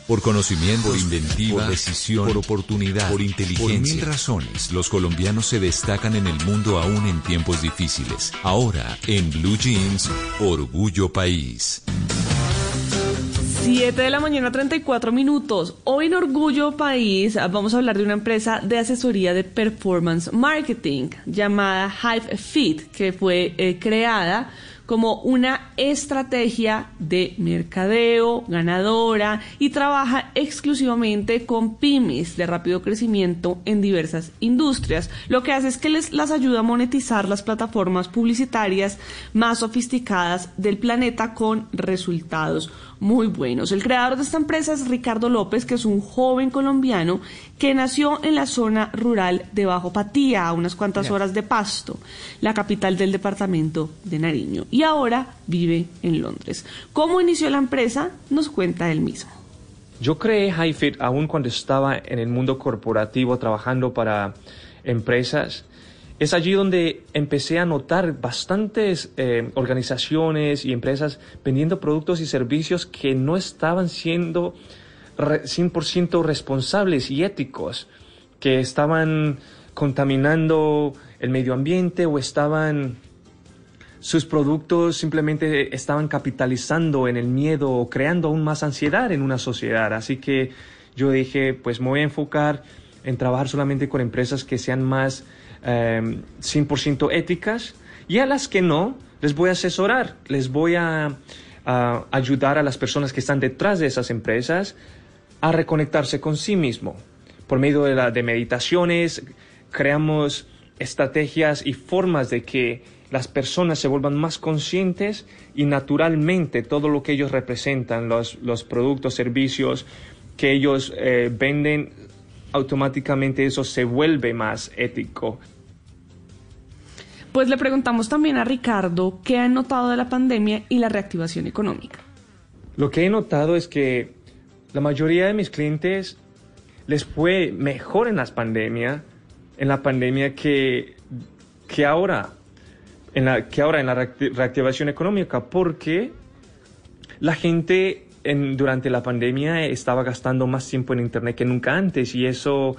Por conocimiento, por inventiva, por decisión, por oportunidad, por inteligencia. Por 1000 razones, los colombianos se destacan en el mundo aún en tiempos difíciles. Ahora, en Blue Jeans, Orgullo País. 7 de la mañana, 34 minutos. Hoy en Orgullo País vamos a hablar de una empresa de asesoría de performance marketing llamada HiveFit, que fue creada como una estrategia de mercadeo ganadora y trabaja exclusivamente con pymes de rápido crecimiento en diversas industrias. Lo que hace es que las ayuda a monetizar las plataformas publicitarias más sofisticadas del planeta con resultados muy buenos. El creador de esta empresa es Ricardo López, que es un joven colombiano que nació en la zona rural de Bajo Patía, a unas cuantas horas de Pasto, la capital del departamento de Nariño, y ahora vive en Londres. ¿Cómo inició la empresa? Nos cuenta él mismo. Yo creé HiveFit aún cuando estaba en el mundo corporativo trabajando para empresas. Es allí donde empecé a notar bastantes organizaciones y empresas vendiendo productos y servicios que no estaban siendo 100% responsables y éticos, que estaban contaminando el medio ambiente o sus productos simplemente estaban capitalizando en el miedo o creando aún más ansiedad en una sociedad. Así que yo dije, pues me voy a enfocar en trabajar solamente con empresas que sean más 100% éticas, y a las que no, les voy a asesorar, les voy a ayudar a las personas que están detrás de esas empresas a reconectarse con sí mismo. Por medio de meditaciones, creamos estrategias y formas de que las personas se vuelvan más conscientes y naturalmente todo lo que ellos representan, los productos, servicios que ellos venden, automáticamente eso se vuelve más ético. Pues le preguntamos también a Ricardo qué ha notado de la pandemia y la reactivación económica. Lo que he notado es que la mayoría de mis clientes les fue mejor en la pandemia que ahora en la reactivación económica, porque la gente durante la pandemia estaba gastando más tiempo en internet que nunca antes, y eso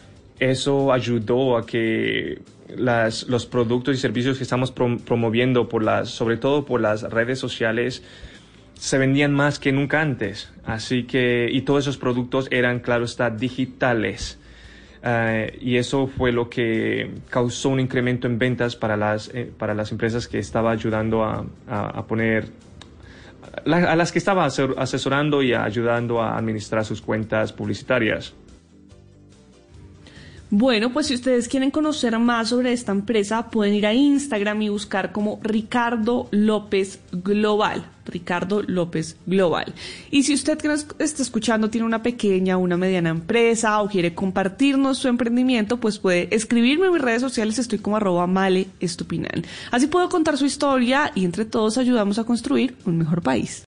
ayudó a que los productos y servicios que estamos promoviendo sobre todo por las redes sociales se vendían más que nunca antes. Así que, y todos esos productos eran, claro está, digitales. Y eso fue lo que causó un incremento en ventas para las empresas que estaba ayudando a las que estaba asesorando y ayudando a administrar sus cuentas publicitarias. Bueno, pues si ustedes quieren conocer más sobre esta empresa, pueden ir a Instagram y buscar como Ricardo López Global. Ricardo López Global. Y si usted que nos está escuchando tiene una pequeña o una mediana empresa o quiere compartirnos su emprendimiento, pues puede escribirme en mis redes sociales, estoy como @maleestupinal. Así puedo contar su historia y entre todos ayudamos a construir un mejor país.